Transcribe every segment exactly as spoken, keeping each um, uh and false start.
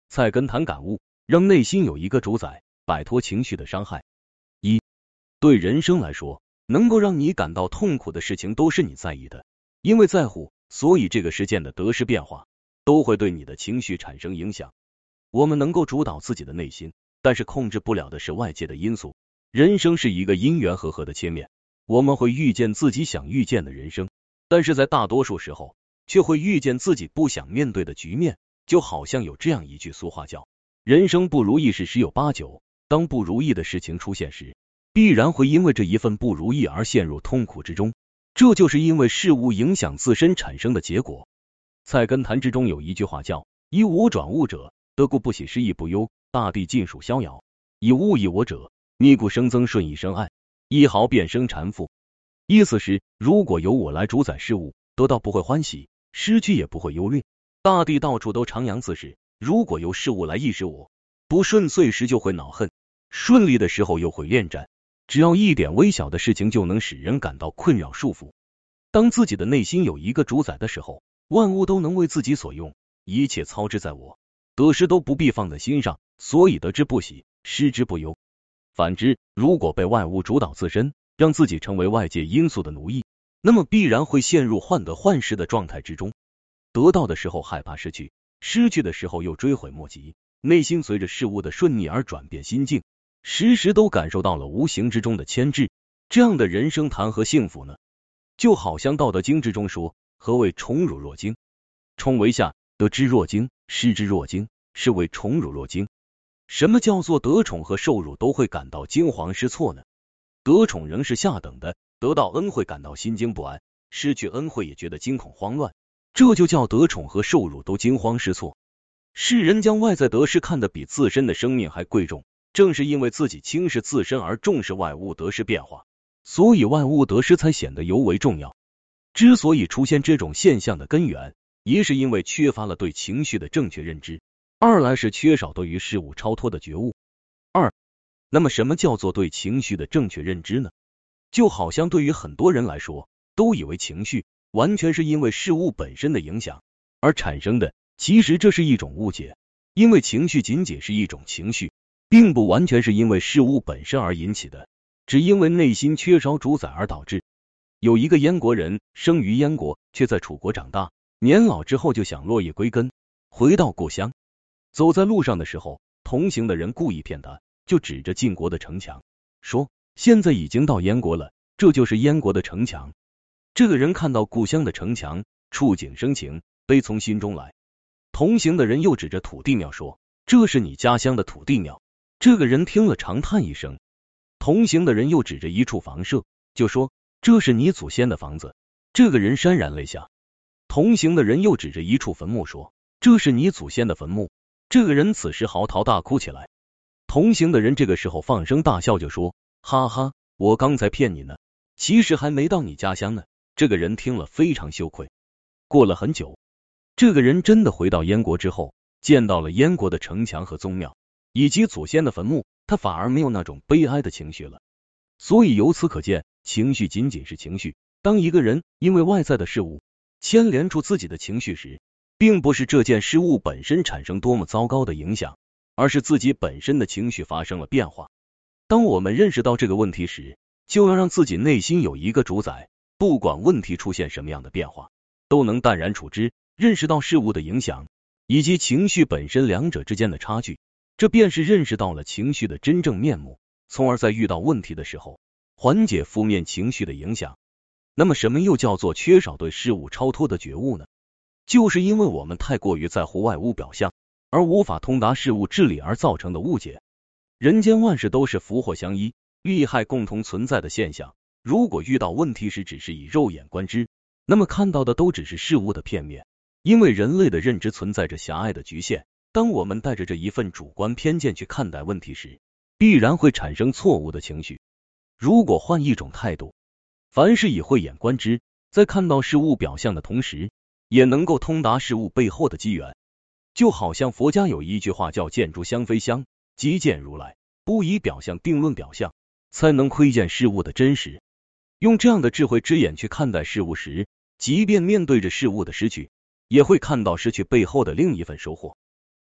菜根谭感悟，让内心有一个主宰，摆脱情绪的伤害。一，对人生来说，能够让你感到痛苦的事情都是你在意的，因为在乎，所以这个事件的得失变化都会对你的情绪产生影响。我们能够主导自己的内心，但是控制不了的是外界的因素。人生是一个因缘和合的切面，我们会遇见自己想遇见的人生，但是在大多数时候却会遇见自己不想面对的局面。就好像有这样一句俗话叫，人生不如意事十有八九，当不如意的事情出现时，必然会因为这一份不如意而陷入痛苦之中，这就是因为事物影响自身产生的结果。菜根谭之中有一句话叫，以我转物者，得故不喜，失意不忧，大地尽属逍遥。以物易我者，逆故生增，顺意生爱，一毫变生缠缚。意思是，如果由我来主宰事物，得到不会欢喜，失去也不会忧虑。大地到处都徜徉自是，如果由事物来抑制我，不顺遂时就会恼恨，顺利的时候又会恋战。只要一点微小的事情就能使人感到困扰束缚。当自己的内心有一个主宰的时候，万物都能为自己所用，一切操之在我，得失都不必放在心上，所以得之不喜，失之不忧。反之，如果被外物主导自身，让自己成为外界因素的奴役，那么必然会陷入患得患失的状态之中。得到的时候害怕失去，失去的时候又追悔莫及，内心随着事物的顺逆而转变心境，时时都感受到了无形之中的牵制。这样的人生谈何幸福呢？就好像道德经之中说，何谓宠辱若惊？宠为下，得之若惊，失之若惊，是谓宠辱若惊。什么叫做得宠和受辱都会感到惊惶失措呢？得宠仍是下等的，得到恩惠感到心惊不安，失去恩惠也觉得惊恐慌乱，这就叫得宠和受辱都惊慌失措。世人将外在得失看得比自身的生命还贵重，正是因为自己轻视自身而重视外物得失变化，所以外物得失才显得尤为重要。之所以出现这种现象的根源，一是因为缺乏了对情绪的正确认知，二来是缺少对于事物超脱的觉悟。二，那么什么叫做对情绪的正确认知呢？就好像对于很多人来说，都以为情绪完全是因为事物本身的影响而产生的，其实这是一种误解，因为情绪仅仅是一种情绪，并不完全是因为事物本身而引起的，只因为内心缺少主宰而导致。有一个燕国人，生于燕国，却在楚国长大，年老之后就想落叶归根，回到故乡。走在路上的时候，同行的人故意骗他，就指着晋国的城墙，说现在已经到燕国了，这就是燕国的城墙。这个人看到故乡的城墙，触景生情，悲从心中来。同行的人又指着土地庙说，这是你家乡的土地庙。这个人听了长叹一声。同行的人又指着一处房舍，就说这是你祖先的房子。这个人潸然泪下。同行的人又指着一处坟墓说，这是你祖先的坟墓。这个人此时嚎啕大哭起来。同行的人这个时候放声大笑，就说，哈哈，我刚才骗你呢，其实还没到你家乡呢。这个人听了非常羞愧。过了很久，这个人真的回到燕国之后，见到了燕国的城墙和宗庙，以及祖先的坟墓，他反而没有那种悲哀的情绪了。所以由此可见，情绪仅仅是情绪。当一个人因为外在的事物牵连出自己的情绪时，并不是这件事物本身产生多么糟糕的影响，而是自己本身的情绪发生了变化。当我们认识到这个问题时，就要让自己内心有一个主宰，不管问题出现什么样的变化，都能淡然处之，认识到事物的影响以及情绪本身两者之间的差距，这便是认识到了情绪的真正面目，从而在遇到问题的时候缓解负面情绪的影响。那么什么又叫做缺少对事物超脱的觉悟呢？就是因为我们太过于在乎外物表象，而无法通达事物治理而造成的误解。人间万事都是福祸相依，利害共同存在的现象，如果遇到问题时只是以肉眼观之，那么看到的都只是事物的片面。因为人类的认知存在着狭隘的局限，当我们带着这一份主观偏见去看待问题时，必然会产生错误的情绪。如果换一种态度，凡事以慧眼观之，在看到事物表象的同时，也能够通达事物背后的机缘。就好像佛家有一句话叫见诸相非相，即见如来，不以表象定论表象，才能窥见事物的真实。用这样的智慧之眼去看待事物时，即便面对着事物的失去，也会看到失去背后的另一份收获。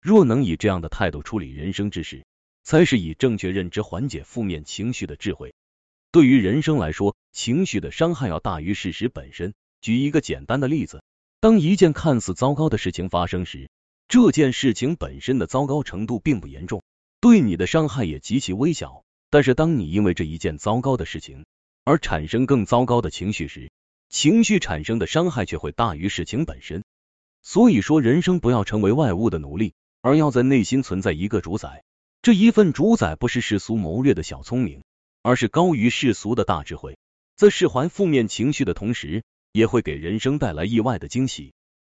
若能以这样的态度处理人生之事，才是以正确认知缓解负面情绪的智慧。对于人生来说，情绪的伤害要大于事实本身。举一个简单的例子，当一件看似糟糕的事情发生时，这件事情本身的糟糕程度并不严重，对你的伤害也极其微小。但是当你因为这一件糟糕的事情而产生更糟糕的情绪时，情绪产生的伤害却会大于事情本身。所以说，人生不要成为外物的奴隶，而要在内心存在一个主宰。这一份主宰不是世俗谋略的小聪明，而是高于世俗的大智慧。在释怀负面情绪的同时，也会给人生带来意外的惊喜。